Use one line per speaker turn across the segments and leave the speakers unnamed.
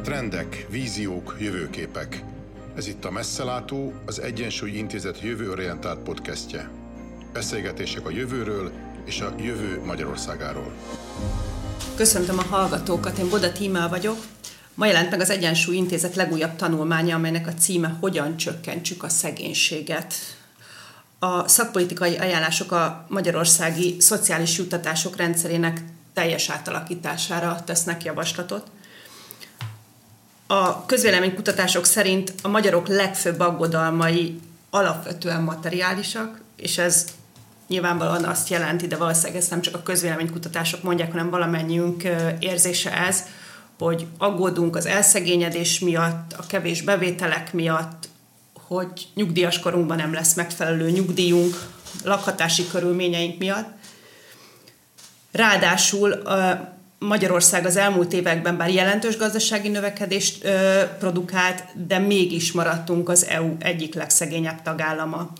Trendek, víziók, jövőképek. Ez itt a Messzelátó, az Egyensúly Intézet jövőorientált podcastje. Beszélgetések a jövőről és a jövő Magyarországáról.
Köszöntöm a hallgatókat, én Boda Tímea vagyok. Ma jelent meg az Egyensúly Intézet legújabb tanulmánya, amelynek a címe Hogyan csökkentsük a szegénységet. A szakpolitikai ajánlások a magyarországi szociális juttatások rendszerének teljes átalakítására tesznek javaslatot. A közvéleménykutatások szerint a magyarok legfőbb aggodalmai alapvetően materiálisak, és ez nyilvánvalóan azt jelenti, de valószínűleg ezt nem csak a közvéleménykutatások mondják, hanem valamennyiünk érzése ez, hogy aggódunk az elszegényedés miatt, a kevés bevételek miatt, hogy nyugdíjas korunkban nem lesz megfelelő nyugdíjunk, lakhatási körülményeink miatt. Ráadásul Magyarország az elmúlt években bár jelentős gazdasági növekedést produkált, de mégis maradtunk az EU egyik legszegényebb tagállama.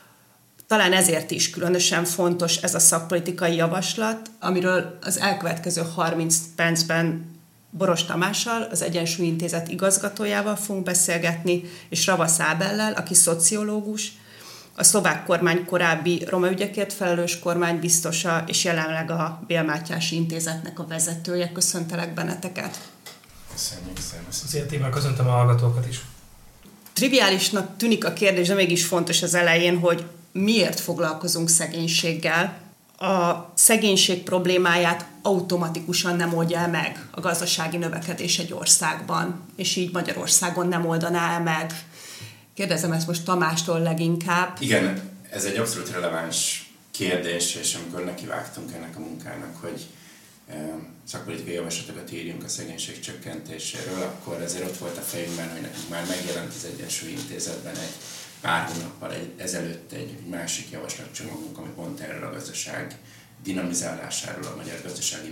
Talán ezért is különösen fontos ez a szakpolitikai javaslat, amiről az elkövetkező 30 percben Boros Tamással, az Egyensúly Intézet igazgatójával fogunk beszélgetni, és Ravasz Ábellel, aki szociológus, a szlovák kormány korábbi roma ügyekért felelős kormánybiztosa, és jelenleg a Bél Mátyási Intézetnek a vezetője. Köszöntelek benneteket!
Köszönjük, szervusz!
Szia Tímea, köszöntöm a hallgatókat is!
Triviálisnak tűnik a kérdés, de mégis fontos az elején, hogy miért foglalkozunk szegénységgel. A szegénység problémáját automatikusan nem oldja el meg a gazdasági növekedés egy országban, és így Magyarországon nem oldaná el meg. Kérdezem ezt most Tamástól leginkább.
Igen, ez egy abszolút releváns kérdés, és amikor nekivágtunk ennek a munkának, hogy szakpolitikai javaslatokat írjunk a szegénység csökkentéséről, akkor ezért ott volt a fejünkben, hogy nekünk már megjelent az Egyensúly Intézetben egy pár hónappal ezelőtt egy másik javaslatcsomagunk, ami pont erről a gazdaság dinamizálásáról, a magyar gazdasági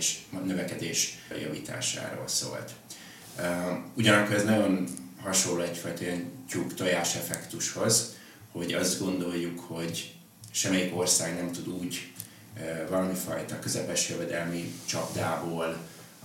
növekedés javításáról szólt. Ugyanakkor ez nagyon hasonló egyfajta ilyen tyúk-tojás effektushoz, hogy azt gondoljuk, hogy semmelyik ország nem tud úgy valamifajta közepes jövedelmi csapdából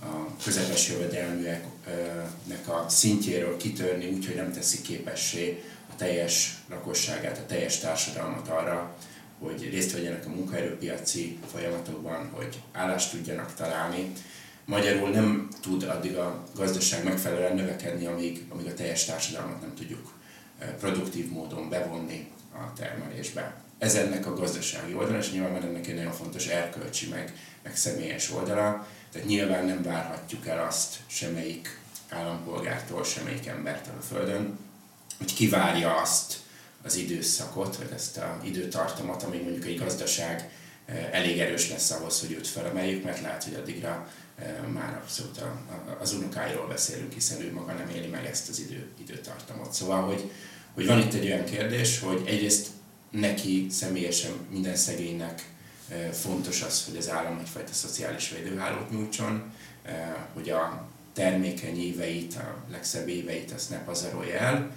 a közepes jövedelműeknek a szintjéről kitörni úgy, hogy nem teszi képessé a teljes lakosságát, a teljes társadalmat arra, hogy részt vegyenek a munkaerőpiaci folyamatokban, hogy állást tudjanak találni. Magyarul nem tud addig a gazdaság megfelelően növekedni, amíg a teljes társadalmat nem tudjuk produktív módon bevonni a termelésbe. Ez ennek a gazdasági oldala, és nyilván ennek egy nagyon fontos erkölcsi, meg személyes oldala. Tehát nyilván nem várhatjuk el azt semmelyik állampolgártól, semmelyik embertől a Földön, hogy kivárja azt az időszakot, vagy ezt az időtartamot, amíg mondjuk egy gazdaság elég erős lesz ahhoz, hogy őt felemeljük, mert lehet, hogy addigra már abszolút az unokáiról beszélünk, hiszen ő maga nem éli meg ezt az időtartamot. Szóval, hogy van itt egy olyan kérdés, hogy egyrészt neki személyesen minden szegénynek fontos az, hogy az állam egyfajta szociális védőhálót nyújtson, hogy a termékeny éveit, a legszebb éveit azt ne pazarolja el,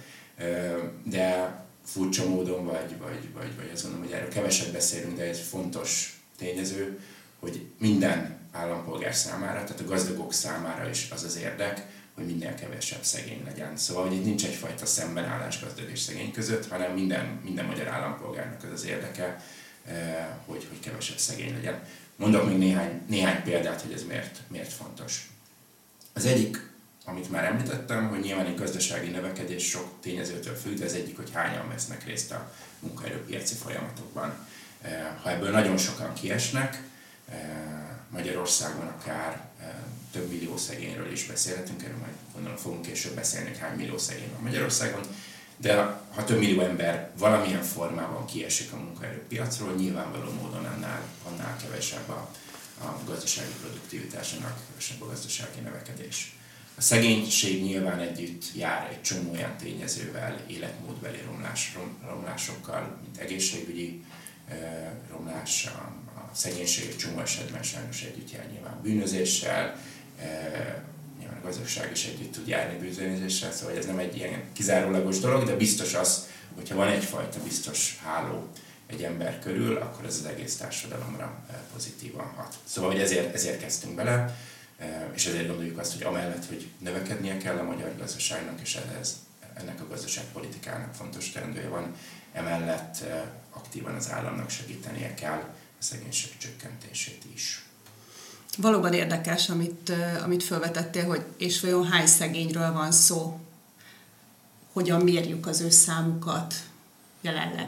de furcsa módon, vagy azt gondolom, hogy erről keveset beszélünk, de ez fontos tényező, hogy minden állampolgár számára, tehát a gazdagok számára is az az érdek, hogy minél kevesebb szegény legyen. Szóval, hogy itt nincs egyfajta szembenállás gazdag és szegény között, hanem minden magyar állampolgárnak az az érdeke, hogy kevesebb szegény legyen. Mondok még néhány példát, hogy ez miért fontos. Az egyik, amit már említettem, hogy nyilván egy gazdasági növekedés sok tényezőtől függ, de az egyik, hogy hányan vesznek részt a munkaerőpiaci folyamatokban. Ha ebből nagyon sokan kiesnek, Magyarországon akár több millió szegényről is beszélhetünk, erről majd gondolom fogunk később beszélni, hogy hány millió szegény van Magyarországon, de ha több millió ember valamilyen formában kiesik a munkaerőpiacról, nyilvánvaló módon annál kevesebb a gazdasági produktivitás, annál kevesebb a gazdasági növekedés. A szegénység nyilván együtt jár egy csomó olyan tényezővel, életmódbeli romlásokkal, mint egészségügyi romlás, a szegénység egy csomó esetben sajnos együtt jár nyilván bűnözéssel, nyilván a gazdaság is együtt tud járni bűnözéssel, szóval ez nem egy ilyen kizárólagos dolog, de biztos az, hogyha van egyfajta biztos háló egy ember körül, akkor ez az egész társadalomra pozitívan hat. Szóval hogy ezért kezdtünk bele. és ezért gondoljuk azt, hogy amellett, hogy növekednie kell a magyar gazdaságnak, és ennek a gazdaságpolitikának fontos teendője van, emellett aktívan az államnak segítenie kell a szegénység csökkentését is.
Valóban érdekes, amit felvetettél, hogy és vajon hány szegényről van szó, hogyan mérjük az ő számukat jelenleg.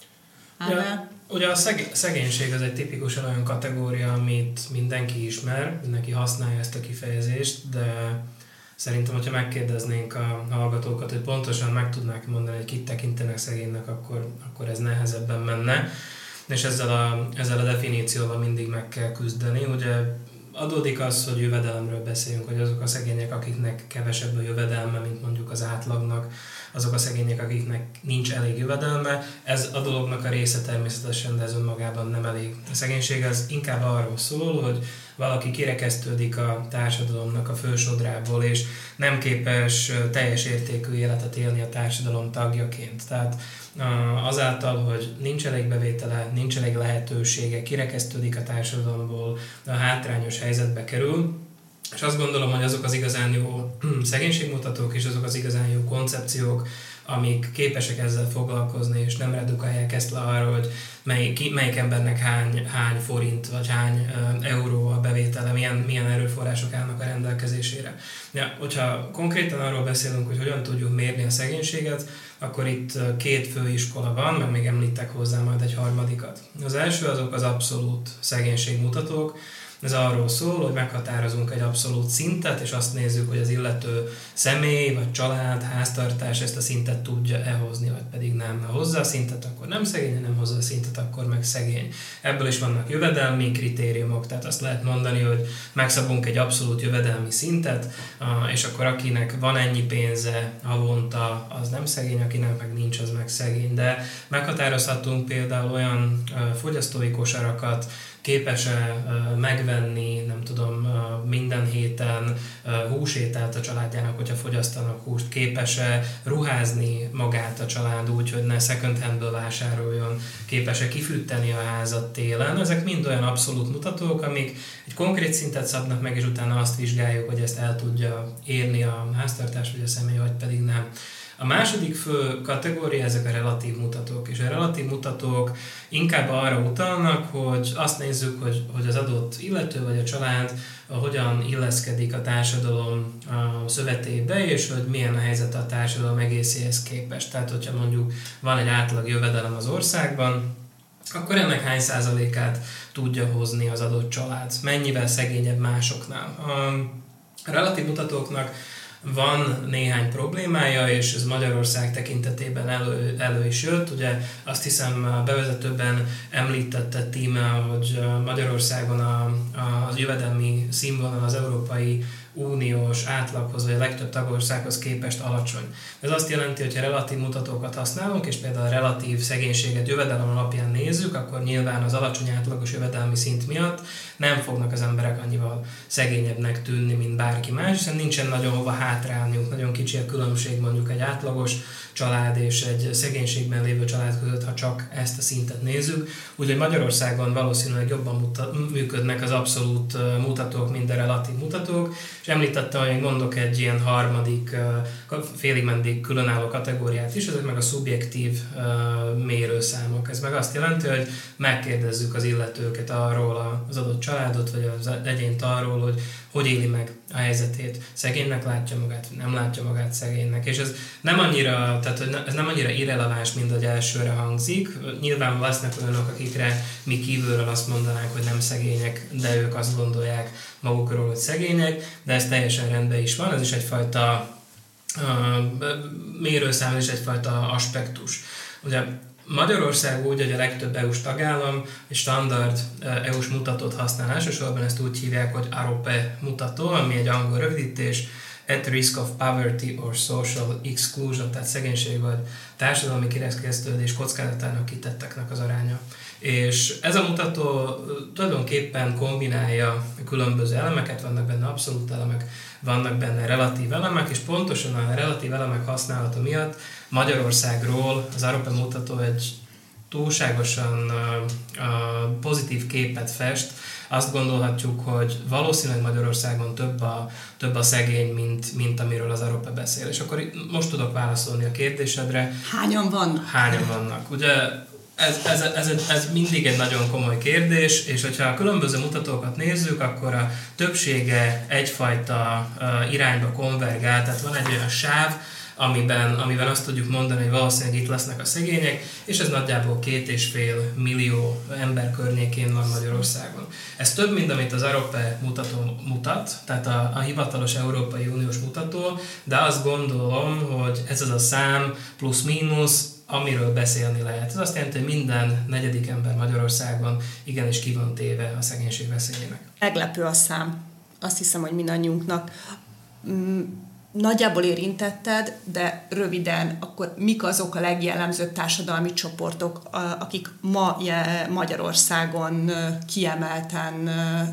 Ugye a szegénység az egy tipikusan olyan kategória, amit mindenki ismer, mindenki használja ezt a kifejezést, de szerintem, hogyha megkérdeznénk a hallgatókat, hogy pontosan meg tudnák mondani, hogy kit tekintenek szegénynek, akkor ez nehezebben menne. És ezzel a definícióval mindig meg kell küzdeni. Ugye adódik az, hogy jövedelemről beszéljünk, hogy azok a szegények, akiknek kevesebb a jövedelme, mint mondjuk az átlagnak, azok a szegények, akiknek nincs elég jövedelme. Ez a dolognak a része természetesen, de ez önmagában nem elég. A szegénység az inkább arról szól, hogy valaki kirekesztődik a társadalomnak a fősodrából, és nem képes teljes értékű életet élni a társadalom tagjaként. Tehát azáltal, hogy nincs elég bevétele, nincs elég lehetősége, kirekesztődik a társadalomból, a hátrányos helyzetbe kerül, és azt gondolom, hogy azok az igazán jó szegénységmutatók és azok az igazán jó koncepciók, amik képesek ezzel foglalkozni, és nem redukálják ezt le arra, hogy melyik embernek hány forint vagy hány euró a bevétele, milyen erőforrások állnak a rendelkezésére. Ja, hogyha konkrétan arról beszélünk, hogy hogyan tudjuk mérni a szegénységet, akkor itt két főiskola van, meg még említek hozzá majd egy harmadikat. Az első azok az abszolút szegénységmutatók. Ez arról szól, hogy meghatározunk egy abszolút szintet, és azt nézzük, hogy az illető személy, vagy család, háztartás ezt a szintet tudja-e hozni, vagy pedig nem. Ha hozza a szintet, akkor nem szegény, nem hozza a szintet, akkor meg szegény. Ebből is vannak jövedelmi kritériumok, tehát azt lehet mondani, hogy megszabunk egy abszolút jövedelmi szintet, és akkor akinek van ennyi pénze havonta, az nem szegény, akinek meg nincs, az meg szegény. De meghatározhatunk például olyan fogyasztói kosarakat, képes-e megvenni, nem tudom, minden héten húsételt a családjának, hogyha fogyasztanak húst, képes-e ruházni magát a család úgy, hogy ne second handből vásároljon, képes-e kifűteni a házat télen. Ezek mind olyan abszolút mutatók, amik egy konkrét szintet szabnak meg, és utána azt vizsgáljuk, hogy ezt el tudja érni a háztartás vagy a személy, vagy pedig nem. A második fő kategória ezek a relatív mutatók, és a relatív mutatók inkább arra utalnak, hogy azt nézzük, hogy az adott illető vagy a család hogyan illeszkedik a társadalom szövetébe, és hogy milyen a helyzet a társadalom egészéhez képest. Tehát, hogyha mondjuk van egy átlag jövedelem az országban, akkor ennek hány százalékát tudja hozni az adott család, mennyivel szegényebb másoknál. A relatív mutatóknak van néhány problémája, és ez Magyarország tekintetében elő is jött. Ugye azt hiszem a bevezetőben említette Tíme, hogy Magyarországon a jövedelmi színvonal az Európai Uniós átlaghoz, vagy a legtöbb tagországhoz képest alacsony. Ez azt jelenti, hogy ha relatív mutatókat használunk, és például a relatív szegénységet jövedelem alapján nézzük, akkor nyilván az alacsony átlagos jövedelmi szint miatt nem fognak az emberek annyival szegényebbnek tűnni, mint bárki más, hiszen nincsen nagyon hova hátrálniuk, nagyon kicsi a különbség mondjuk egy átlagos család és egy szegénységben lévő család között, ha csak ezt a szintet nézzük. Úgyhogy Magyarországon valószínűleg jobban működnek az abszolút mutatók, mint a relatív mutatók, és említettem, hogy mondok egy ilyen harmadik, félig meddig különálló kategóriát is, ezek meg a szubjektív mérőszámok. Ez meg azt jelenti, hogy megkérdezzük az illetőket arról, az adott családot, vagy az egyént arról, hogy éli meg a helyzetét. Szegénynek látja magát, nem látja magát szegénynek. És ez nem annyira irreleváns, mint hogy elsőre hangzik. Nyilván lesznek olyanok, akikre mi kívülről azt mondanánk, hogy nem szegények, de ők azt gondolják magukról, hogy szegények, de ez teljesen rendben is van, ez is egyfajta mérőszám, és egyfajta aspektus. Ugye Magyarország úgy, hogy a legtöbb EU-s tagállam egy standard EU-s mutatót használ, elsősorban ezt úgy hívják, hogy AROPE mutató, ami egy angol rövidítés, at risk of poverty or social exclusion, tehát szegénység vagy társadalmi kirekesztődés kockázatának kitetteknek az aránya. És ez a mutató tulajdonképpen kombinálja különböző elemeket, vannak benne abszolút elemek, vannak benne relatív elemek, és pontosan a relatív elemek használata miatt Magyarországról az AROPE mutató egy túlságosan pozitív képet fest, azt gondolhatjuk, hogy valószínűleg Magyarországon több a szegény, mint amiről az Arope beszél. És akkor most tudok válaszolni a kérdésedre.
Hányan vannak?
Hányan vannak? Ugye ez mindig egy nagyon komoly kérdés, és hogyha a különböző mutatókat nézzük, akkor a többsége egyfajta irányba konvergál, tehát van egy olyan sáv, amiben azt tudjuk mondani, hogy valószínűleg itt lesznek a szegények, és ez nagyjából 2,5 millió ember környékén van Magyarországon. Ez több, mint amit az Arope mutató mutat, tehát a hivatalos Európai Uniós mutató, de azt gondolom, hogy ez az a szám plusz-mínusz, amiről beszélni lehet. Ez azt jelenti, hogy minden negyedik ember Magyarországon igenis ki van téve a szegénység veszélyének.
Meglepő a szám. Azt hiszem, hogy mindannyiunknak. Nagyjából érintetted, de röviden, akkor mik azok a legjellemzőbb társadalmi csoportok, akik ma Magyarországon kiemelten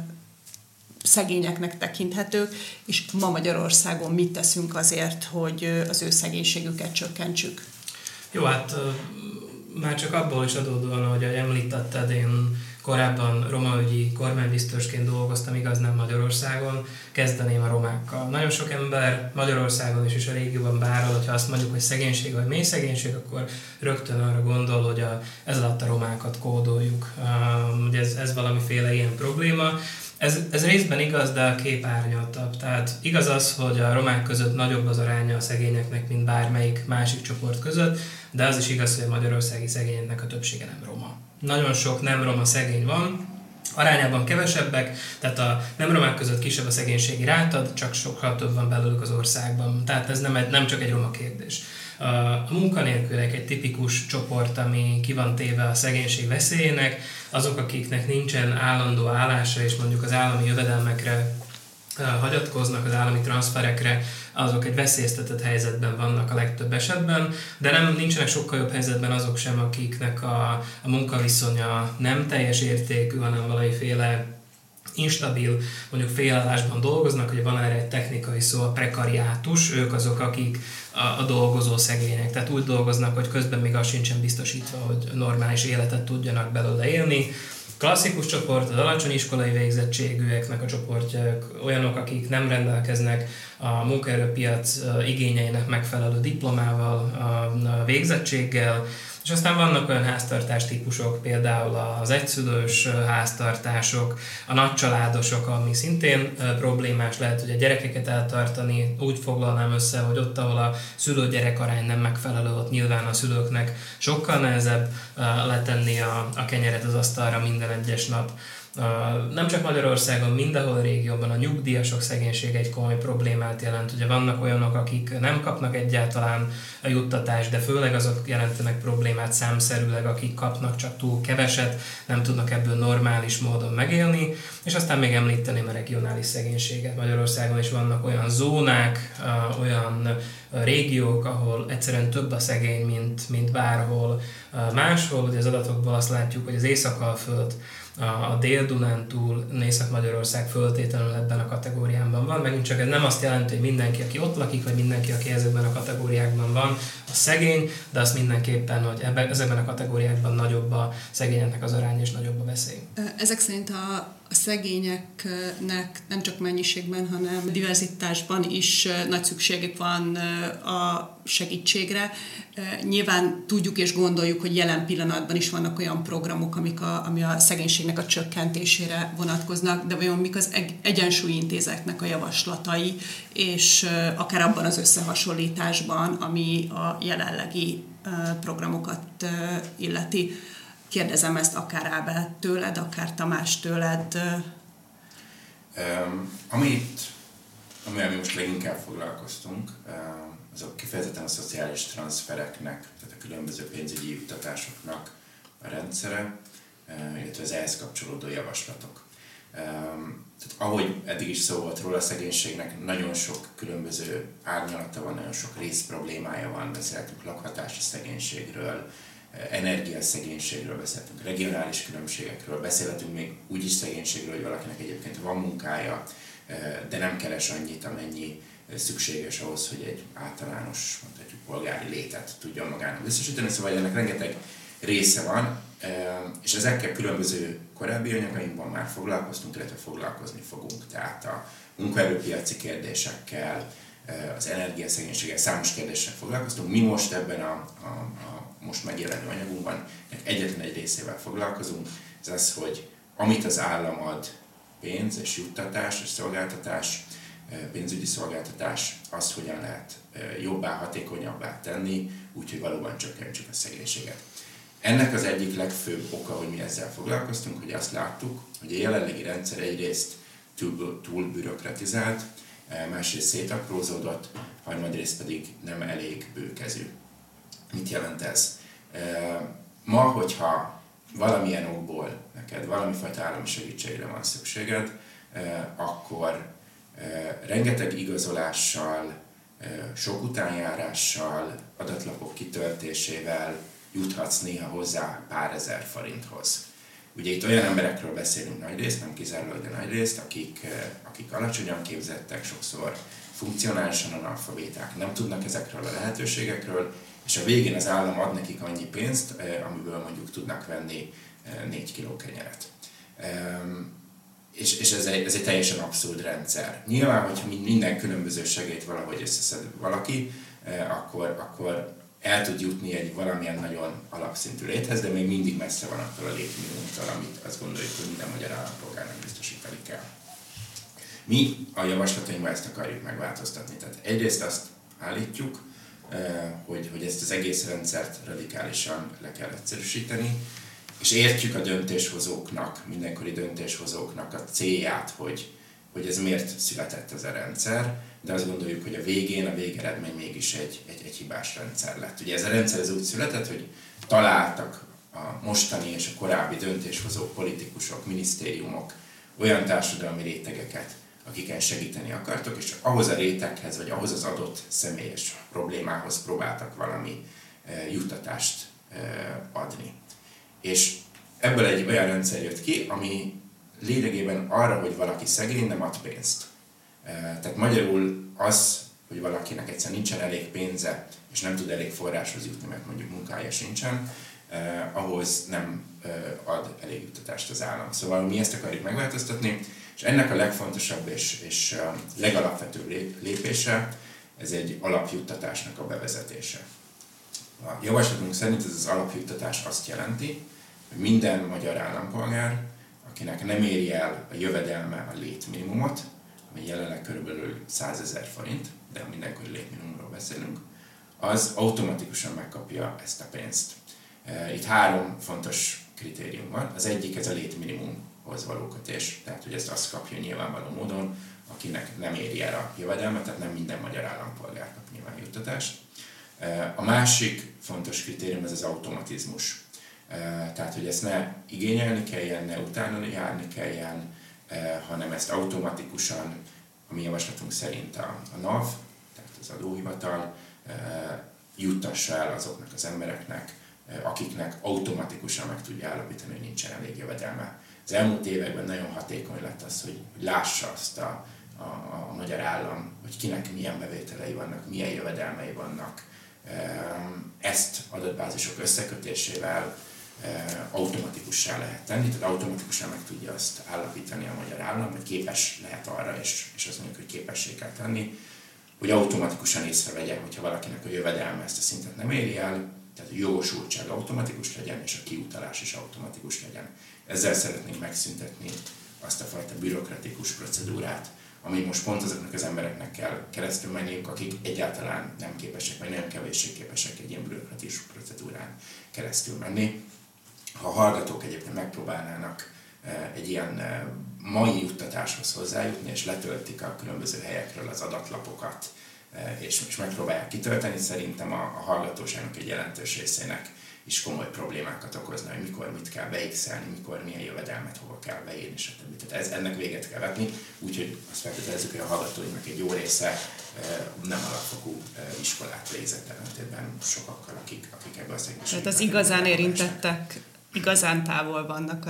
szegényeknek tekinthetők, és ma Magyarországon mit teszünk azért, hogy az ő szegénységüket csökkentsük?
Jó, hát már csak abból is adódóan, ahogy említetted, én korábban romaügyi kormánybiztosként dolgoztam, igaz nem Magyarországon, kezdeném a romákkal. Nagyon sok ember Magyarországon és a régióban bárhol, hogyha azt mondjuk, hogy szegénység vagy mély szegénység, akkor rögtön arra gondol, hogy ez alatt a romákat kódoljuk. Ugye ez valamiféle ilyen probléma. Ez részben igaz, de a kép árnyaltabb. Tehát igaz az, hogy a romák között nagyobb az aránya a szegényeknek, mint bármelyik másik csoport között, de az is igaz, hogy a magyarországi szegényeknek a többsége nem roma. Nagyon sok nem roma szegény van, arányában kevesebbek, tehát a nem romák között kisebb a szegénységi ráta, csak sokkal több van belőlük az országban. Tehát ez nem csak egy roma kérdés. A munkanélküliek egy tipikus csoport, ami ki van téve a szegénység veszélyének, azok, akiknek nincsen állandó állása, és mondjuk az állami jövedelmekre hagyatkoznak, az állami transzferekre, azok egy veszélyeztetett helyzetben vannak a legtöbb esetben, de nincsenek sokkal jobb helyzetben azok sem, akiknek a munkaviszonya nem teljes értékű, hanem valamiféle instabil, mondjuk félállásban dolgoznak, ugye van erre egy technikai szó, a prekariátus, ők azok, akik a dolgozó szegények, tehát úgy dolgoznak, hogy közben még az sincsen biztosítva, hogy normális életet tudjanak belőle élni. Klasszikus csoport, az alacsony iskolai végzettségűeknek a csoportja, olyanok, akik nem rendelkeznek a munkaerőpiac igényeinek megfelelő diplomával, a végzettséggel, és aztán vannak olyan háztartás típusok, például az egyszülős háztartások, a nagycsaládosok, ami szintén problémás lehet, hogy a gyerekeket eltartani, úgy foglalnám össze, hogy ott, ahol a szülő-gyerek arány nem megfelelő, ott nyilván a szülőknek sokkal nehezebb letenni a kenyeret az asztalra minden egyes nap. Nem csak Magyarországon, mindenhol a régióban a nyugdíjasok szegénysége egy komoly problémát jelent. Ugye vannak olyanok, akik nem kapnak egyáltalán a juttatást, de főleg azok jelentenek problémát számszerűleg, akik kapnak csak túl keveset, nem tudnak ebből normális módon megélni. És aztán még említeném a regionális szegénységet. Magyarországon is vannak olyan zónák, olyan régiók, ahol egyszerűen több a szegény, mint bárhol máshol. Ugye az adatokból azt látjuk, hogy az Észak-Alföld, a Dél-Dunántúl, Észak-Magyarország föltétlenül ebben a kategóriában van. Megint csak ez nem azt jelenti, hogy mindenki, aki ott lakik, vagy mindenki, aki ezekben a kategóriákban van, a szegény, de azt mindenképpen, hogy ezekben a kategóriákban nagyobb a szegényeknek az arány és nagyobb a veszély.
Ezek szerint a szegényeknek nem csak mennyiségben, hanem diverzitásban is nagy szükségük van a segítségre. Nyilván tudjuk és gondoljuk, hogy jelen pillanatban is vannak olyan programok, ami a szegénységnek a csökkentésére vonatkoznak, de vajon mik az egyensúlyintézetnek a javaslatai, és akár abban az összehasonlításban, ami a jelenlegi programokat illeti. Kérdezem ezt akár Ábel tőled, akár Tamás tőled.
Amivel mi most leginkább foglalkoztunk, azok kifejezetten a szociális transzfereknek, tehát a különböző pénzügyi juttatásoknak a rendszere, illetve az ehhez kapcsolódó javaslatok. Tehát ahogy eddig is szó volt róla, a szegénységnek nagyon sok különböző árnyalata van, nagyon sok részproblémája van, beszéltünk lakhatási szegénységről, energiaszegénységről beszéltünk, regionális különbségekről, beszélhetünk még úgy is szegénységről, hogy valakinek egyébként van munkája, de nem keres annyit, amennyi szükséges ahhoz, hogy egy általános, mondhatjuk, polgári létet tudjon magának biztosítani. Szóval ennek rengeteg része van, és ezekkel különböző korábbi anyagainkban már foglalkoztunk, illetve foglalkozni fogunk. Tehát a munkaerőpiaci kérdésekkel, az energiaszegénységgel, számos kérdéssel foglalkoztunk. Mi most ebben a most megjelenő anyagunkban egyetlen egy részével foglalkozunk, ez az, hogy amit az állam ad, pénz és juttatás és szolgáltatás, pénzügyi szolgáltatás, azt hogyan lehet jobbá, hatékonyabbá tenni, úgyhogy valóban csökkentsük a szegénységet. Ennek az egyik legfőbb oka, hogy mi ezzel foglalkoztunk, hogy azt láttuk, hogy a jelenlegi rendszer egyrészt túl bürokratizált, másrészt szétaprózódott, harmadrészt pedig nem elég bőkezű. Mit jelent ez? Ma, hogyha valamilyen okból neked valamifajta állami segítségre van szükséged, akkor rengeteg igazolással, sok utánjárással, adatlapok kitöltésével juthatsz néha hozzá pár ezer forinthoz. Ugye itt olyan emberekről beszélünk nagyrészt, nem kizárólag, de nagyrészt, akik alacsonyan képzettek, sokszor funkcionálisan analfabéták, nem tudnak ezekről a lehetőségekről, és a végén az állam ad nekik annyi pénzt, amiből mondjuk tudnak venni 4 kiló kenyeret. És ez egy teljesen abszurd rendszer. Nyilván, hogyha minden különböző segélyt valahogy összeszed valaki, akkor el tud jutni egy valamilyen nagyon alapszintű léthez, de még mindig messze van attól a létminimumtól, amit azt gondoljuk, hogy minden magyar állampolgárnak biztosítani kell. Mi a javaslatainkban ezt akarjuk megváltoztatni. Tehát egyrészt azt állítjuk, hogy ezt az egész rendszert radikálisan le kell egyszerűsíteni, és értjük a döntéshozóknak, mindenkori döntéshozóknak a célját, hogy ez miért született ez a rendszer, de azt gondoljuk, hogy a végeredmény mégis egy hibás rendszer lett. Ugye ez a rendszer ez úgy született, hogy találtak a mostani és a korábbi döntéshozók, politikusok, minisztériumok olyan társadalmi rétegeket, akiken segíteni akartok, és ahhoz a réteghez, vagy ahhoz az adott személyes problémához próbáltak valami juttatást adni. És ebből egy olyan rendszer jött ki, ami lényegében arra, hogy valaki szegény, nem ad pénzt. Tehát magyarul az, hogy valakinek egyszerűen nincsen elég pénze, és nem tud elég forráshoz jutni, mert mondjuk munkája sincsen, ahhoz nem ad elég juttatást az állam. Szóval mi ezt akarjuk megváltoztatni, és ennek a legfontosabb és legalapvetőbb lépése, ez egy alapjuttatásnak a bevezetése. A javaslatunk szerint ez az alapjuttatás azt jelenti, hogy minden magyar állampolgár, akinek nem éri el a jövedelme a létminimumot, ami jelenleg körülbelül 100 000 forint, de mindenkori létminimumról beszélünk, az automatikusan megkapja ezt a pénzt. Itt 3 fontos kritérium van. Az egyik ez a létminimumhoz való kötés, tehát hogy ezt azt kapja nyilvánvaló módon, akinek nem éri el a jövedelmet, tehát nem minden magyar állampolgár kap nyilván juttatást. A másik fontos kritérium ez az automatizmus. Tehát, hogy ezt ne igényelni kelljen, ne utána járni kelljen, hanem ezt automatikusan, a mi javaslatunk szerint a NAV, tehát az adóhivatal juttassa el azoknak az embereknek, akiknek automatikusan meg tudja állapítani, hogy nincsen elég jövedelme. Az elmúlt években nagyon hatékony lett az, hogy lássa azt a magyar állam, hogy kinek milyen bevételei vannak, milyen jövedelmei vannak. Ezt adatbázisok összekötésével automatikussá lehet tenni, tehát automatikusan meg tudja azt állapítani a magyar állam, hogy képes lehet arra, és azt mondjuk, hogy képessé kell tenni, hogy automatikusan észrevegye, hogyha valakinek a jövedelme ezt a szintet nem éri el, tehát a jogosultság automatikus legyen, és a kiutalás is automatikus legyen. Ezzel szeretnénk megszüntetni azt a fajta bürokratikus procedúrát, ami most pont azoknak az embereknek kell keresztül menniük, akik egyáltalán nem képesek, vagy nagyon kevéssé képesek egy ilyen bürokratikus procedúrán keresztül menni. Ha a hallgatók egyébként megpróbálnának egy ilyen mai juttatáshoz hozzájutni, és letöltik a különböző helyekről az adatlapokat, és megpróbálják kitölteni, szerintem a hallgatóságnak egy jelentős részének is komoly problémákat okozna, hogy mikor mit kell beixelni, mikor milyen jövedelmet hova kell beírni, stb. Tehát ennek véget kell vetni, úgyhogy azt feltételezzük, hogy a hallgatóinak egy jó része nem alapfokú iskolát végzett, ellentétben sokakkal, akik ebben a szegénységben.
Tehát az igazán érintettek igazán távol vannak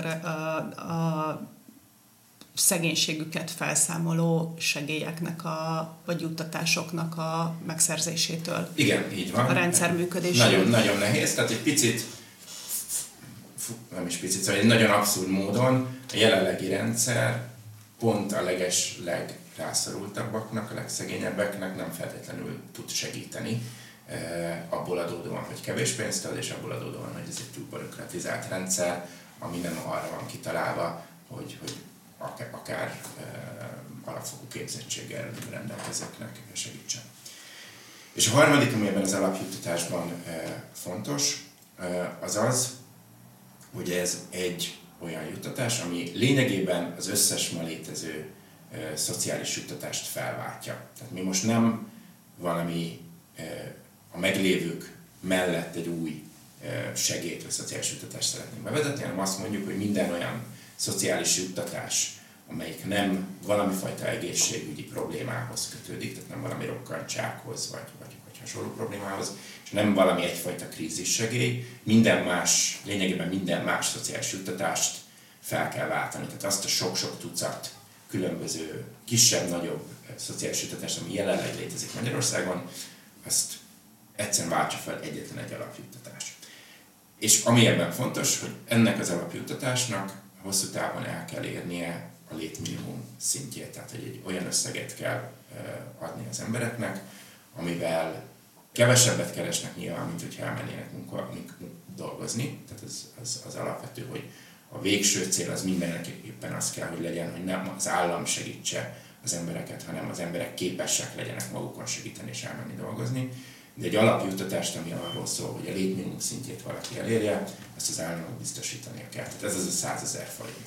a szegénységüket felszámoló segélyeknek vagy juttatásoknak a megszerzésétől.
Igen, így van.
A rendszer működésétől.
Nagyon, nagyon nehéz, tehát egy picit nem is picit, szóval egy nagyon abszurd módon a jelenlegi rendszer pont a legrászorultabbaknak, a legszegényebbeknek nem feltétlenül tud segíteni, abból adódóan, hogy kevés pénzt ad, és abból adódóan, hogy ez egy túl bürokratizált rendszer, ami nem arra van kitalálva, hogy akár alapfokú képzettséggel rendelkezőknek segítsen. És a harmadik, ami ebben az alapjuttatásban fontos, az az, hogy ez egy olyan juttatás, ami lényegében az összes ma létező szociális juttatást felváltja. Tehát mi most nem valami a meglévők mellett egy új segélyt vagy szociális juttatást szeretnénk bevezetni, hanem azt mondjuk, hogy minden olyan szociális juttatás, amelyik nem valami fajta egészségügyi problémához kötődik, tehát nem valami rokkantsághoz vagy hasonló problémához, és nem valami egyfajta krízissegély, lényegében minden más szociális juttatást fel kell váltani. Tehát azt a sok-sok tucat különböző kisebb-nagyobb szociális juttatást, ami jelenleg létezik Magyarországon, azt egyszerűen váltsa fel egyetlen egy alapjuttatás. És ami ebben fontos, hogy ennek az alapjuttatásnak hosszú távon el kell érnie a létminimum szintjét, tehát hogy egy olyan összeget kell adni az embereknek, amivel kevesebbet keresnek nyilván, mint hogyha elmennének dolgozni. Tehát az alapvető, hogy a végső cél az mindenképpen az kell, hogy legyen, hogy nem az állam segítse az embereket, hanem az emberek képesek legyenek magukon segíteni és elmenni dolgozni. De egy alapjuttatást, ami arról szól, hogy a létminimum szintjét valaki elérje, ezt az államnak biztosítania kell. Tehát ez az a 100 000 forint.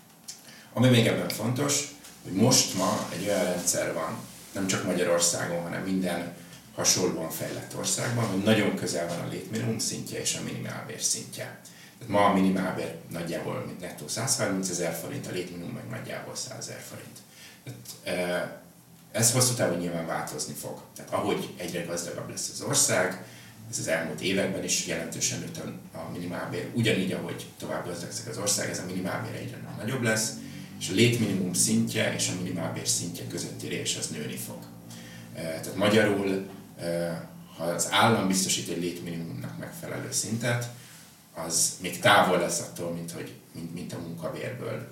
Ami még ebben fontos, hogy most ma egy olyan rendszer van, nem csak Magyarországon, hanem minden hasonlóan fejlett országban, hogy nagyon közel van a létminimum szintje és a minimálbér szintje. Tehát ma a minimálbér nagyjából nettó 130 000 forint, a létminimum meg nagyjából 100 000 forint. Tehát, ez hosszú távon nyilván változni fog. Tehát ahogy egyre gazdagabb lesz az ország, ez az elmúlt években is jelentősen nőtt a minimálbér, ugyanígy, ahogy tovább gazdagszik az ország, ez a minimálbér egyre nagyobb lesz, és a létminimum szintje és a minimálbér szintje közötti rés az nőni fog. Tehát magyarul, ha az állam biztosít egy létminimumnak megfelelő szintet, az még távol lesz attól, mint a munkabérből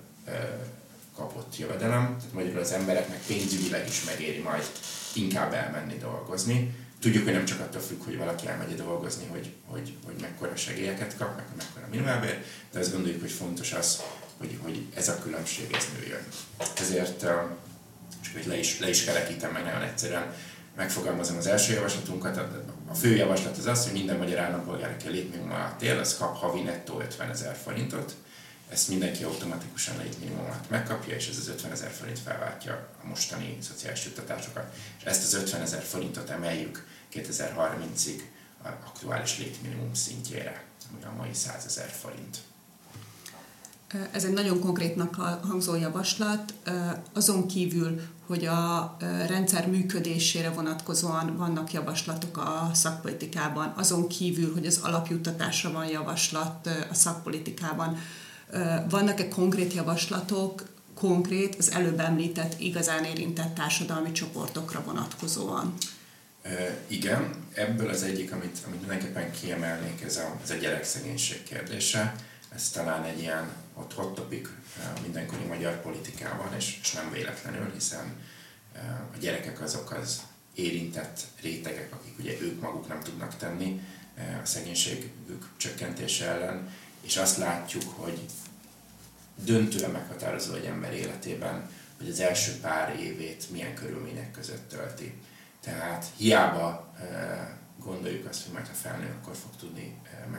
kapott jövedelem. Tehát magyarul az embereknek pénzügyileg is megéri majd inkább elmenni dolgozni. Tudjuk, hogy nem csak attól függ, hogy valaki elmegy dolgozni, hogy mekkora segélyeket kap, meg mekkora minimálbér, de azt gondoljuk, hogy fontos az, hogy ez a különbség ez nőjön. Ezért, csak hogy le is kerekítem meg nagyon egyszerűen, megfogalmazom az első javaslatunkat. A fő javaslat az az, hogy minden magyar állampolgár, aki a létminimum alatt él, az kap havi nettó 50 000 forintot. Ezt mindenki automatikusan a létminimumot megkapja, és ez az 50 000 forint felváltja a mostani szociális juttatásokat. És ezt az 50 000 forintot emeljük 2030-ig az aktuális létminimum szintjére, ami a mai 100 000 forint.
Ez egy nagyon konkrétnak hangzó javaslat, azon kívül, hogy a rendszer működésére vonatkozóan vannak javaslatok a szakpolitikában, azon kívül, hogy az alapjuttatásra van javaslat a szakpolitikában. Vannak-e konkrét javaslatok, az előbb említett, igazán érintett társadalmi csoportokra vonatkozóan?
Igen, ebből az egyik, amit mindenképpen kiemelnék, ez a gyerekszegénység kérdése. Ez talán egy ilyen hot topic mindenkori magyar politikában, és nem véletlenül, hiszen a gyerekek azok az érintett rétegek, akik ugye ők maguk nem tudnak tenni a szegénységük csökkentése ellen, és azt látjuk, hogy döntően meghatározó egy ember életében, hogy az első pár évét milyen körülmények között tölti. Tehát hiába gondoljuk azt, hogy majd ha felnő, akkor fog tudni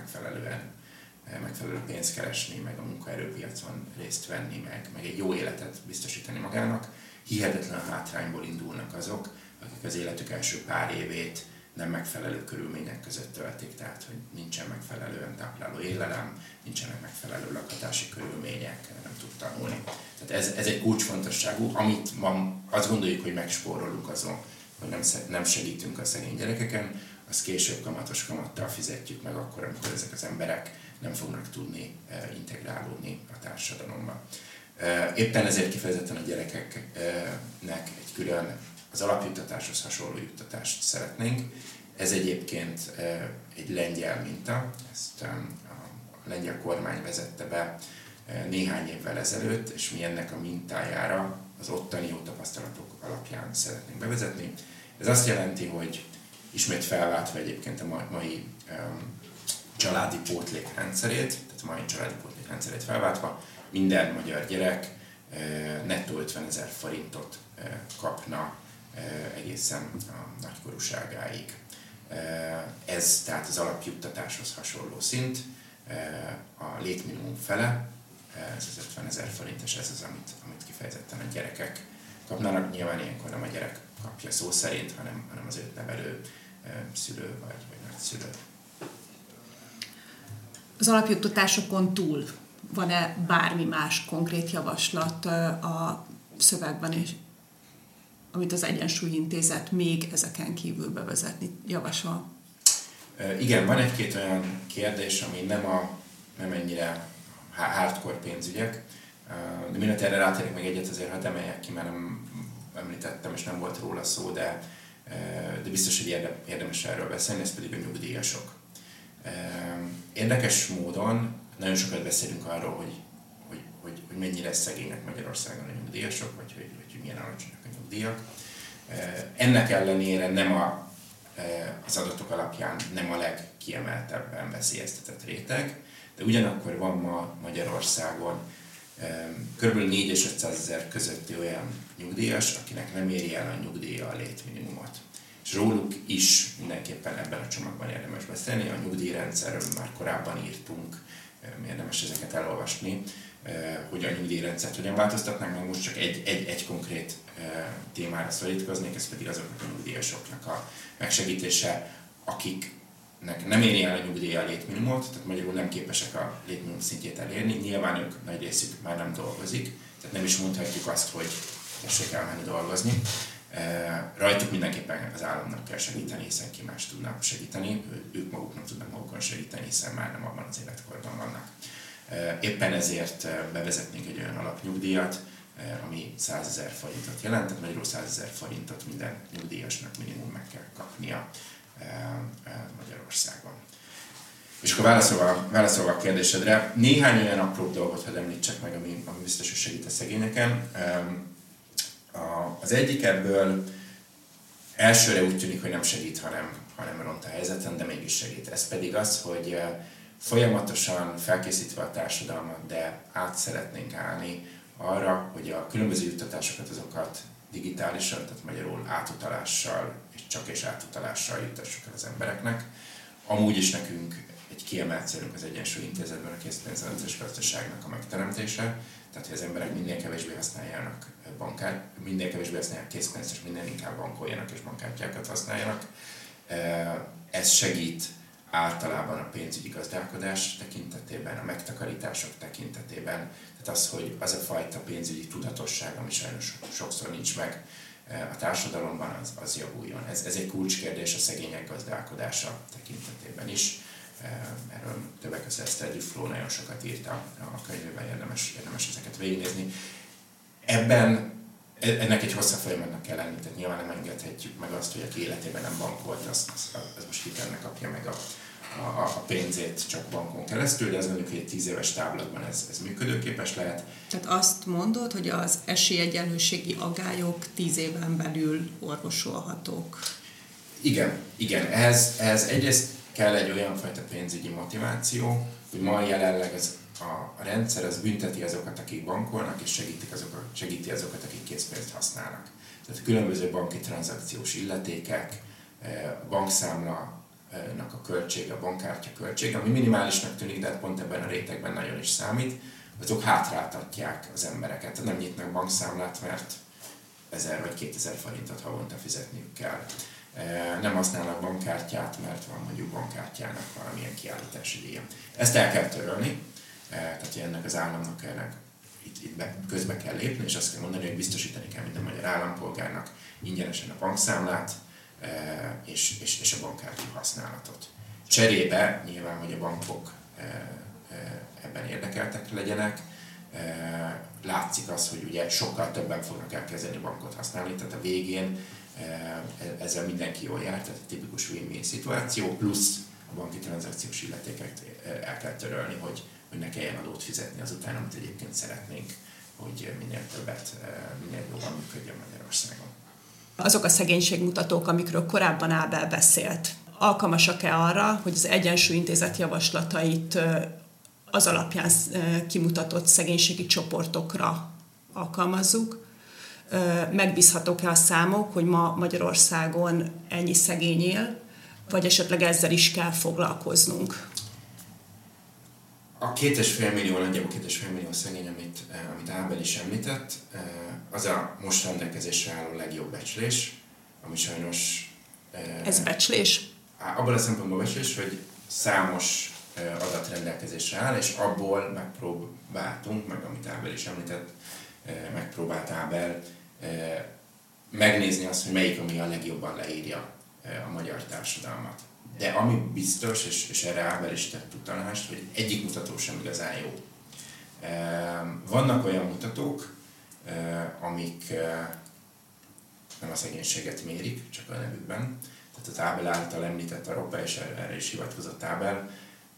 megfelelő pénzt keresni, meg a munkaerőpiacon részt venni, meg egy jó életet biztosítani magának. Hihetetlen hátrányból indulnak azok, akik az életük első pár évét nem megfelelő körülmények között töltik, tehát hogy nincsen megfelelően tápláló élelem, nincsenek megfelelő lakhatási körülmények, nem tud tanulni. Tehát ez egy kulcsfontosságú, amit azt gondoljuk, hogy megspórolunk azon, hogy nem segítünk a szegény gyerekeken, azt később kamatos kamattal fizetjük meg akkor, amikor ezek az emberek nem fognak tudni integrálódni a társadalomba. Éppen ezért kifejezetten a gyerekeknek egy külön az alapjuttatáshoz hasonló juttatást szeretnénk. Ez egyébként egy lengyel minta, ezt a lengyel kormány vezette be néhány évvel ezelőtt, és mi ennek a mintájára az ottani jó tapasztalatok alapján szeretnénk bevezetni. Ez azt jelenti, hogy ismét felváltva egyébként a mai családi pótlékrendszerét, tehát a mai családi pótlékrendszerét felváltva, minden magyar gyerek nettó 50 000 forintot kapna egészen a nagykorúságáig. Ez tehát az alapjuttatáshoz hasonló szint, a létminimum fele, ez az 50 000 forint, és ez az, amit kifejezetten a gyerekek kapnának. Nyilván ilyenkor nem a gyerek kapja szó szerint, hanem az őt nevelő szülő vagy nagyszülő.
Az alapjuttatásokon túl van-e bármi más konkrét javaslat a szövegben, és amit az Egyensúly Intézet még ezeken kívül bevezetni javasol?
Igen, van egy-két olyan kérdés, ami nem ennyire hardcore pénzügyek, de mindent erre rátérek meg egyet, azért hadd emeljek ki, mert nem említettem, és nem volt róla szó, de biztos, hogy érdemes erről beszélni, ez pedig a nyugdíjasok. Érdekes módon nagyon sokat beszélünk arról, hogy mennyire szegények Magyarországon a nyugdíjasok, vagy hogy milyen alacsonyak a nyugdíjak. Ennek ellenére az adatok alapján nem a legkiemeltebben veszélyeztetett réteg, de ugyanakkor van ma Magyarországon kb. 400 és 500 000 közötti olyan nyugdíjas, akinek nem éri el a nyugdíja a létminimumot. És róluk is mindenképpen ebben a csomagban érdemes beszélni. A nyugdíjrendszerről már korábban írtunk, érdemes ezeket elolvasni, hogy a nyugdíjrendszert hogyan változtatnánk, meg most csak egy konkrét témára szorítkoznék, ez pedig azoknak a nyugdíjasoknak a megsegítése, akiknek nem éri el a nyugdíja a létminimumot, tehát magyarul nem képesek a létminimum szintjét elérni, nyilván ők nagy részük már nem dolgozik, tehát nem is mondhatjuk azt, hogy tessék elmenni dolgozni. Rajtuk mindenképpen az államnak kell segíteni, hiszen ki más tudna segíteni, ők maguk nem tudnak magukon segíteni, hiszen már nem abban az életkorban vannak. Éppen ezért bevezetnénk egy olyan alapnyugdíjat, ami 100 000 forintot jelent, tehát magyarul 100 000 forintot minden nyugdíjasnak minimum meg kell kapnia Magyarországon. És akkor válaszolva a kérdésedre, néhány olyan apró dolgot hadd említsek meg, ami biztos, hogy segít a szegényeken. Az egyik ebből elsőre úgy tűnik, hogy nem segít, hanem ront a helyzeten, de mégis segít. Ez pedig az, hogy folyamatosan felkészítve a társadalmat, de át szeretnénk állni arra, hogy a különböző juttatásokat azokat digitálisan, tehát magyarul átutalással és átutalással juttassuk el az embereknek. Amúgy is nekünk egy kiemelt célunk az Egyensúly Intézetben a készpénzmentes gazdaságnak a megteremtése, tehát hogy az emberek minél kevésbé használják készpénzt, és minél inkább bankoljanak és bankkártyákat használjanak. Ez segít általában a pénzügyi gazdálkodás tekintetében, a megtakarítások tekintetében, tehát az a fajta pénzügyi tudatosság, ami sajnos sokszor nincs meg a társadalomban, az javuljon. Ez egy kulcskérdés a szegények gazdálkodása tekintetében is. Erről többek között Eszter Duflo nagyon sokat írt a könyvében, érdemes ezeket végignézni. Ennek egy hosszabb folyamatnak kell lenni, tehát nyilván nem engedhetjük meg azt, hogy aki életében nem bankolt, az most hitelnek kapja meg a pénzét csak bankon keresztül, de azt mondjuk, hogy egy 10 éves távlatban ez működőképes lehet.
Tehát azt mondod, hogy az esélyegyenlőségi aggályok 10 éven belül orvosolhatók.
Igen. Ez egyrészt kell egy olyan fajta pénzügyi motiváció, hogy ma jelenleg a rendszer az bünteti azokat, akik bankolnak, és segíti azokat, akik készpénzt használnak. Tehát a különböző banki tranzakciós illetékek, a bankszámlának a költsége, a bankkártya költsége, ami minimálisnak tűnik, de pont ebben a rétegben nagyon is számít, azok hátráltatják az embereket. Tehát nem nyitnak bankszámlát, mert 1000 vagy 2000 forintot havonta fizetniük kell. Nem használnak bankkártyát, mert van mondjuk bankkártyának valamilyen kiállítási díja. Ezt el kell törölni, tehát ennek az államnak itt közbe kell lépni, és azt kell mondani, hogy biztosítani kell minden magyar állampolgárnak ingyenesen a bankszámlát és a bankkártya használatot. Cserébe nyilván, hogy a bankok ebben érdekeltek legyenek, látszik az, hogy ugye sokkal többen fognak elkezdeni bankot használni, tehát a végén ezzel mindenki jól jár, tehát egy tipikus win-win szituáció, plusz a banki tranzakciós illetéket el kell törölni, hogy ne kelljen adót fizetni azután, amit egyébként szeretnénk, hogy minél jobban működjön Magyarországon.
Azok a szegénységmutatók, amikről korábban Ábel beszélt, alkalmasak-e arra, hogy az Egyensúlyintézet javaslatait az alapján kimutatott szegénységi csoportokra alkalmazzuk? Megbízhatók-e a számok, hogy ma Magyarországon ennyi szegény él, vagy esetleg ezzel is kell foglalkoznunk?
A 2,5 millió, nagyjából 2,5 millió szegény, amit Ábel is említett, az a most rendelkezésre álló legjobb becslés, ami sajnos...
Ez becslés?
Abban a szempontból becslés, hogy számos adat rendelkezésre áll, és abból megpróbáltunk, meg amit Ábel is említett, megpróbált Ábel megnézni azt, hogy melyik, ami a legjobban leírja a magyar társadalmat. De ami biztos, és erre Ábel is tett utalást, hogy egyik mutató sem igazán jó. Vannak olyan mutatók, amik nem a szegénységet mérik, csak a nevükben. Tehát az Ábel által említett a ROPA, és erre is hivatkozott Ábel,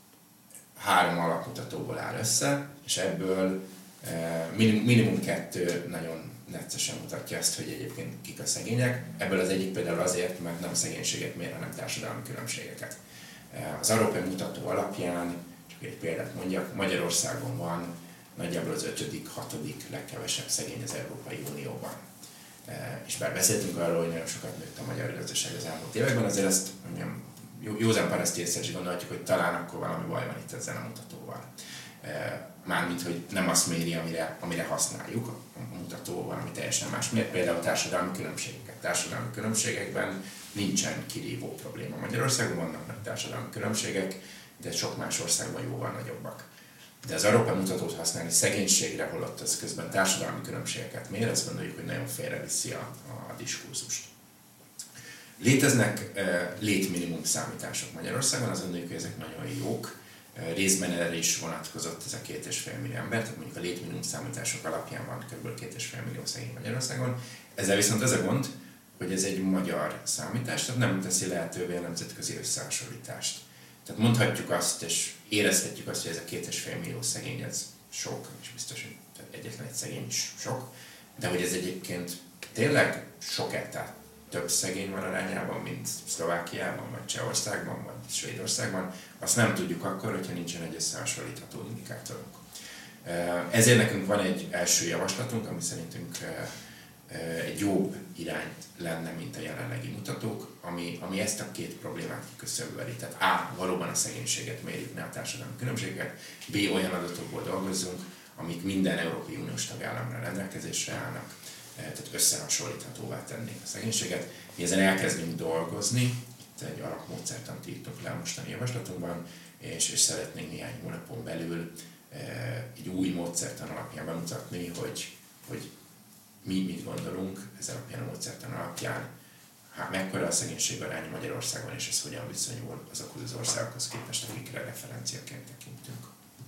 3 alapmutatóból áll össze, és ebből minimum 2 nagyon neccesen mutatja ezt, hogy egyébként kik a szegények. Ebből az egyik például azért, mert nem szegénységet mér, hanem társadalmi különbségeket. Az európai mutató alapján, csak egy példát mondjak, Magyarországon van nagyjából az 5.-6. legkevesebb szegény az Európai Unióban. És bár beszéltünk arról, hogy nagyon sokat nőtt a magyar gazdaság az elmúlt években, azért ezt mondjam, józan paraszti észre is gondolhatjuk, hogy talán akkor valami baj van itt ezzel a mutatóval. Mármint, hogy nem azt méri, amire használjuk, a mutató valami teljesen más. Miért például a társadalmi különbségeket? Társadalmi különbségekben nincsen kirívó probléma. Magyarországon vannak nagy társadalmi különbségek, de sok más országban jóval nagyobbak. De az európai mutatót használni szegénységre, holott az közben társadalmi különbségeket mér, azt gondoljuk, hogy nagyon félreviszi a diskurzust. Léteznek létminimum számítások Magyarországon, azt gondoljuk, hogy ezek nagyon jók. Részben erre is vonatkozott ez a 2,5 millió ember, tehát mondjuk a létminimum számítások alapján van kb. 2,5 millió szegény Magyarországon. Ezzel viszont az a gond, hogy ez egy magyar számítás, tehát nem teszi lehetővé a nemzetközi összehasonlítást. Tehát mondhatjuk azt, és érezhetjük azt, hogy ez a 2,5 millió szegény, ez sok, és biztos, hogy egyetlen egy szegény is sok, de hogy ez egyébként tényleg sok-e, tehát több szegény van arányában, mint Szlovákiában, vagy Csehországban, vagy Svédországban, azt nem tudjuk akkor, hogyha nincsen egy összehasonlítható indikátorunk. Ezért nekünk van egy első javaslatunk, ami szerintünk egy jobb irányt lenne, mint a jelenlegi mutatók, ami ezt a 2 problémát kiköszöböli. Tehát A. valóban a szegénységet mérjük, ne a társadalmi különbségeket, B. olyan adatokból dolgozzunk, amik minden Európai Uniós tagállamra rendelkezésre állnak, tehát összehasonlíthatóvá tennénk a szegénységet. Mi ezen elkezdünk dolgozni, itt egy alapmódszertant írtunk le a mostani javaslatunkban, és szeretnénk néhány hónapon belül egy új módszertan alapján bemutatni, hogy mi mit gondolunk ez alapján a módszertan alapján, mekkora a szegénység aránya Magyarországon, és ez hogyan viszonyul azokhoz az országokhoz képest, akikre referenciaként tekintünk.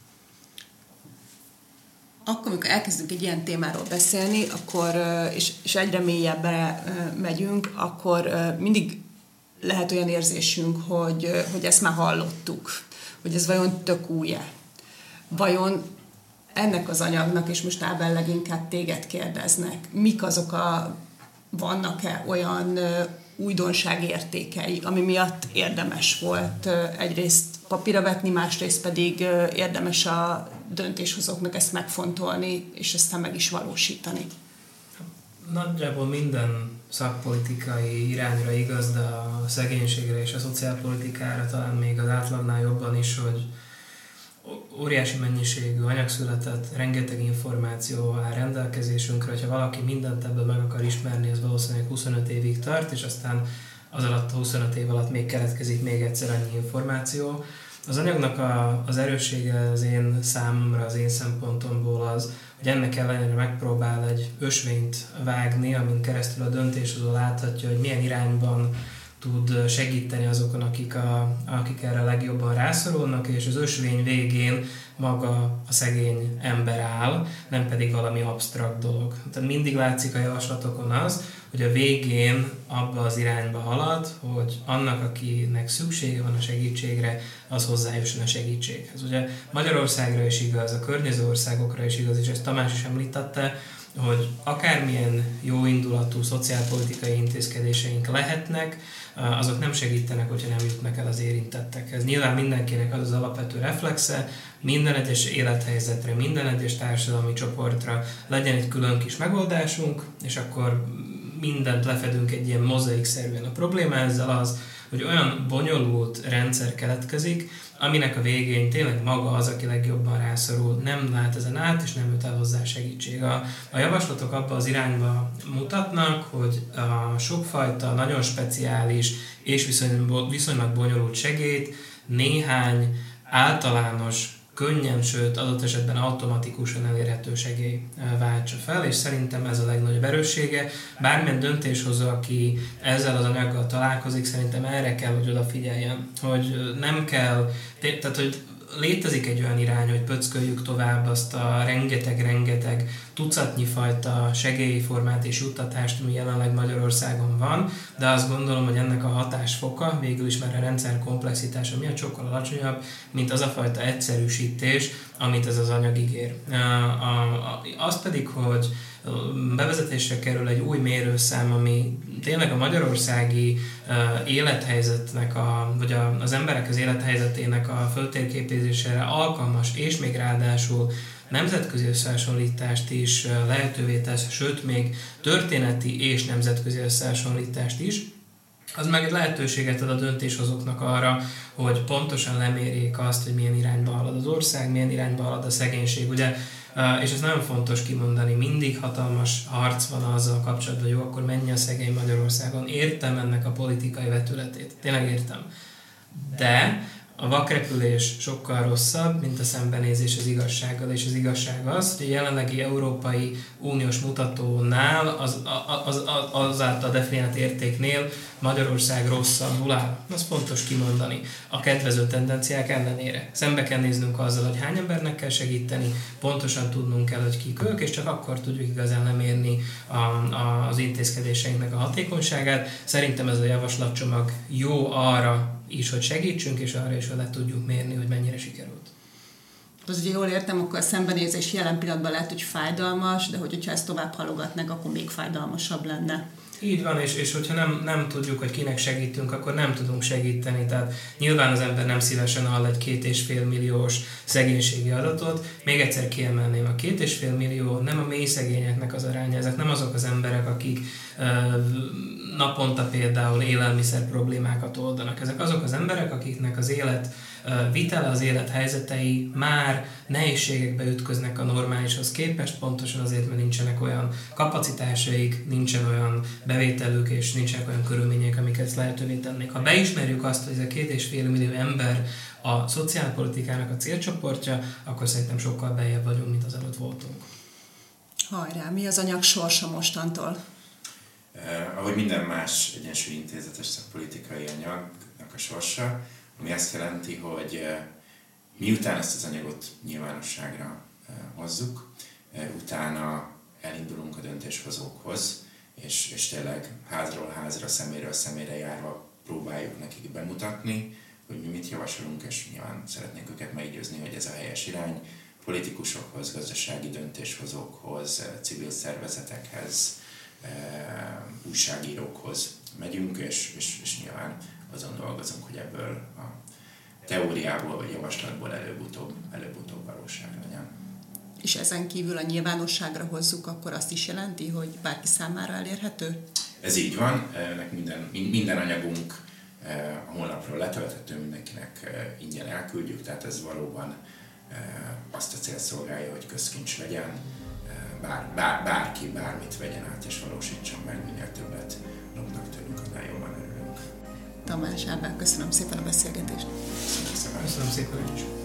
Akkor, amikor elkezdünk egy ilyen témáról beszélni, akkor, és egyre mélyebbre megyünk, akkor mindig lehet olyan érzésünk, hogy ezt már hallottuk, hogy ez vajon tök új-e. Vajon ennek az anyagnak, és most Ábel leginkább téged kérdeznek, mik azok vannak-e olyan újdonságértékei, ami miatt érdemes volt egyrészt papírra vetni, másrészt pedig érdemes a döntéshozóknak ezt megfontolni, és aztán meg is valósítani.
Nagyjából minden szakpolitikai irányra igaz, de a szegénységre és a szociálpolitikára talán még az átlagnál jobban is, hogy óriási mennyiségű anyag született, rengeteg információ áll rendelkezésünkre, hogyha valaki mindent ebből meg akar ismerni, az valószínűleg 25 évig tart, és aztán az alatt a 25 év alatt még keletkezik még egyszer annyi információ. Az anyagnak az erőssége az én számomra, az én szempontomból az, hogy ennek ellenére megpróbál egy ösvényt vágni, amin keresztül a döntéshozó láthatja, hogy milyen irányban tud segíteni azokon, akik erre legjobban rászorulnak, és az ösvény végén maga a szegény ember áll, nem pedig valami absztrakt dolog. Tehát mindig látszik a javaslatokon az, hogy a végén abba az irányba halad, hogy annak, akinek szüksége van a segítségre, az hozzájusson a segítséghez. Ugye Magyarországra is igaz, a környező országokra is igaz, és ezt Tamás is említette, hogy akármilyen jóindulatú szociálpolitikai intézkedéseink lehetnek, azok nem segítenek, hogyha nem jutnak el az érintettekhez. Nyilván mindenkinek az alapvető reflexe, minden egyes élethelyzetre, minden egyes társadalmi csoportra legyen egy külön kis megoldásunk, és akkor mindent lefedünk egy ilyen mozaikszerűen. A probléma ezzel az, hogy olyan bonyolult rendszer keletkezik, aminek a végén tényleg maga az, aki legjobban rászorul, nem lát ezen át, és nem jut el hozzá segítség. A javaslatok abba az irányba mutatnak, hogy a sokfajta, nagyon speciális és viszonylag bonyolult segélyt néhány általános, könnyen, sőt adott esetben automatikusan elérhető segély váltsa fel, és szerintem ez a legnagyobb erőssége. Bármilyen döntéshozó, aki ezzel az anyaggal találkozik, szerintem erre kell, hogy odafigyeljen, hogy nem kell, tehát hogy létezik egy olyan irány, hogy pöcköljük tovább azt a rengeteg tucatnyi fajta segélyformát és juttatást, ami jelenleg Magyarországon van, de azt gondolom, hogy ennek a hatásfoka végül is már a rendszer komplexitása miatt sokkal alacsonyabb, mint az a fajta egyszerűsítés, amit ez az anyag ígér. Az pedig, hogy bevezetésre kerül egy új mérőszám, ami tényleg a magyarországi élethelyzetnek, vagy az emberek az élethelyzetének a föltérképezésére alkalmas, és még ráadásul nemzetközi összehasonlítást is lehetővé tesz, sőt még történeti és nemzetközi összehasonlítást is, az meg egy lehetőséget ad a döntéshozóknak arra, hogy pontosan lemérjék azt, hogy milyen irányba halad az ország, milyen irányba halad a szegénység. Ugye, és ez nagyon fontos kimondani, mindig hatalmas harc van azzal kapcsolatban, hogy jó, akkor mennyi a szegény Magyarországon. Értem ennek a politikai vetületét, tényleg értem. De a vakrepülés sokkal rosszabb, mint a szembenézés az igazsággal, és az igazság az, hogy a jelenlegi Európai Uniós mutatónál, azáltal definiált értéknél Magyarország rosszabbul áll. Az fontos kimondani a kedvező tendenciák ellenére. Szembe kell néznünk azzal, hogy hány embernek kell segíteni, pontosan tudnunk kell, hogy kik ők, és csak akkor tudjuk igazán lemérni az intézkedéseinknek a hatékonyságát. Szerintem ez a javaslatcsomag jó arra is, hogy segítsünk, és arra is, hogy le tudjuk mérni, hogy mennyire sikerült.
Az, hogy jól értem, akkor a szembenézés jelen pillanatban lehet, hogy fájdalmas, de hogyha ezt tovább halogatnak, akkor még fájdalmasabb lenne.
Így van, és hogyha nem tudjuk, hogy kinek segítünk, akkor nem tudunk segíteni. Tehát nyilván az ember nem szívesen hall egy 2,5 milliós szegénységi adatot. Még egyszer kiemelném, a 2,5 millió nem a mély szegényeknek az aránya, ezek nem azok az emberek, akik naponta például élelmiszer problémákat oldanak. Ezek azok az emberek, akiknek az élet vitele, az élethelyzetei már nehézségekbe ütköznek a normálishoz képest, pontosan azért, mert nincsenek olyan kapacitásaik, nincsen olyan bevételük, és nincsenek olyan körülmények, amiket ezt lehetővé tennék. Ha beismerjük azt, hogy ez a 2,5 millió ember a szociálpolitikának a célcsoportja, akkor szerintem sokkal beljebb vagyunk, mint az előtt voltunk.
Hajrá, mi az anyag sorsa mostantól?
Ahogy minden más egyensúlyintézetes szakpolitikai anyagnak a sorsa, ami azt jelenti, hogy miután ezt az anyagot nyilvánosságra hozzuk, utána elindulunk a döntéshozókhoz, és tényleg házról házra, szeméről személyre járva próbáljuk nekik bemutatni, hogy mi mit javasolunk, és nyilván szeretnénk őket meggyőzni, hogy ez a helyes irány. Politikusokhoz, gazdasági döntéshozókhoz, civil szervezetekhez, újságírókhoz megyünk, és nyilván azon dolgozunk, hogy ebből a teóriából vagy javaslatból előbb-utóbb valóság legyen.
És ezen kívül a nyilvánosságra hozzuk, akkor azt is jelenti, hogy bárki számára elérhető?
Ez így van, minden anyagunk a honlapról letölthető, mindenkinek ingyen elküldjük, tehát ez valóban azt a célt szolgálja, hogy közkincs legyen, bárki bármit vegyen át és valósítson meg, minél többet lopnak tőlünk, annál jobban örülünk.
Tamás Ábel, köszönöm szépen a beszélgetést.
Köszönöm szépen is.